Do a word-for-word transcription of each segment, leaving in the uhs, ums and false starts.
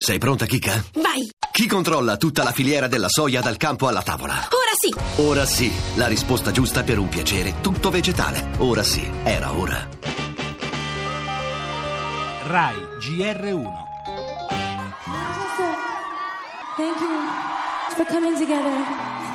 Sei pronta, Kika? Vai! Chi controlla tutta la filiera della soia dal campo alla tavola? Ora sì! Ora sì, la risposta giusta per un piacere tutto vegetale. Ora sì, era ora. Rai G R uno. Thank you for coming together.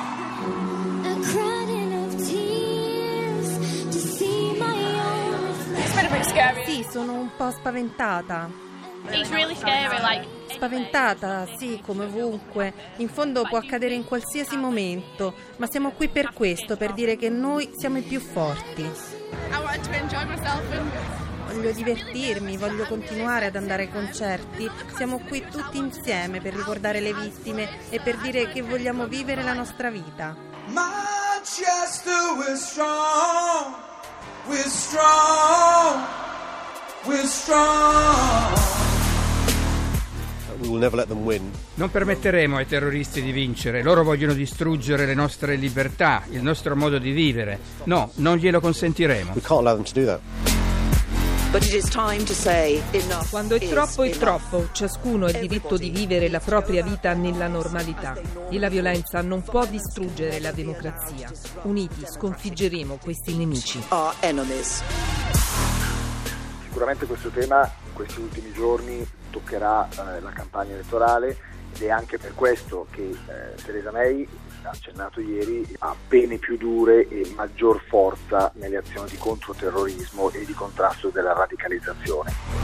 Sì, sono un po' spaventata. It's really scary, like. Spaventata, sì, come ovunque. In fondo può accadere in qualsiasi momento, ma siamo qui per questo, per dire che noi siamo i più forti. I wanted to enjoy myself and Voglio divertirmi, voglio continuare ad andare ai concerti. Siamo qui tutti insieme per ricordare le vittime e per dire che vogliamo vivere la nostra vita. Manchester, we're strong, we're strong, we're strong. We will never let them win. Non permetteremo ai terroristi di vincere. Loro vogliono distruggere le nostre libertà, il nostro modo di vivere. No, non glielo consentiremo. We can't allow them to do that. Quando è troppo è troppo, ciascuno ha il diritto di vivere la propria vita nella normalità e la violenza non può distruggere la democrazia. Uniti sconfiggeremo questi nemici. Sicuramente questo tema in questi ultimi giorni toccherà eh, la campagna elettorale ed è anche per questo che eh, Theresa May, ha accennato ieri, ha pene più dure e maggior forza nelle azioni di controterrorismo e di contrasto della radicalizzazione.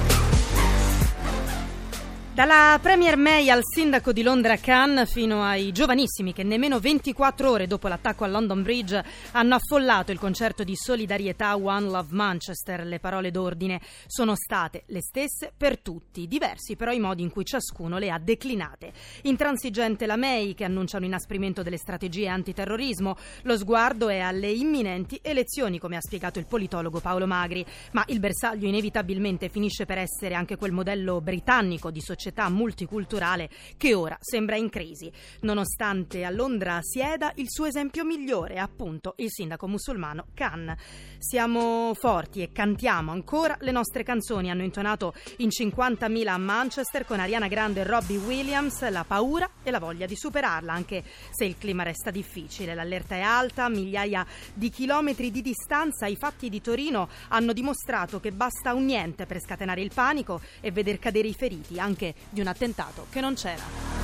Dalla Premier May al sindaco di Londra Khan fino ai giovanissimi che nemmeno ventiquattro ore dopo l'attacco a London Bridge hanno affollato il concerto di solidarietà One Love Manchester, le parole d'ordine sono state le stesse per tutti, diversi però i modi in cui ciascuno le ha declinate. Intransigente la May che annuncia un inasprimento delle strategie antiterrorismo, lo sguardo è alle imminenti elezioni come ha spiegato il politologo Paolo Magri, ma il bersaglio inevitabilmente finisce per essere anche quel modello britannico di società multiculturale che ora sembra in crisi, nonostante a Londra sieda il suo esempio migliore, appunto il sindaco musulmano Khan. Siamo forti e cantiamo ancora le nostre canzoni, hanno intonato in cinquantamila a Manchester con Ariana Grande e Robbie Williams la paura e la voglia di superarla, anche se il clima resta difficile, l'allerta è alta, migliaia di chilometri di distanza. I fatti di Torino hanno dimostrato che basta un niente per scatenare il panico e veder cadere i feriti anche di un attentato che non c'era.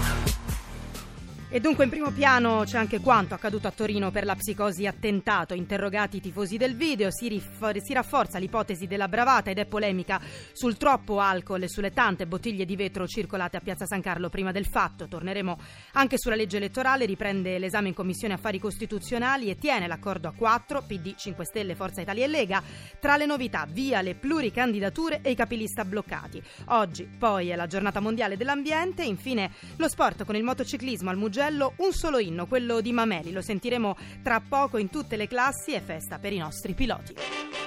E dunque in primo piano c'è anche quanto accaduto a Torino per la psicosi attentato. Interrogati i tifosi del video, si, rif- si rafforza l'ipotesi della bravata ed è polemica sul troppo alcol e sulle tante bottiglie di vetro circolate a Piazza San Carlo prima del fatto. Torneremo anche sulla legge elettorale, riprende l'esame in Commissione Affari Costituzionali e tiene l'accordo a quattro, P D, cinque Stelle, Forza Italia e Lega. Tra le novità, via le pluricandidature e i capilista bloccati. Oggi poi è la giornata mondiale dell'ambiente, infine lo sport con il motociclismo al Mugello. Un solo inno, quello di Mameli, lo sentiremo tra poco in tutte le classi e festa per i nostri piloti.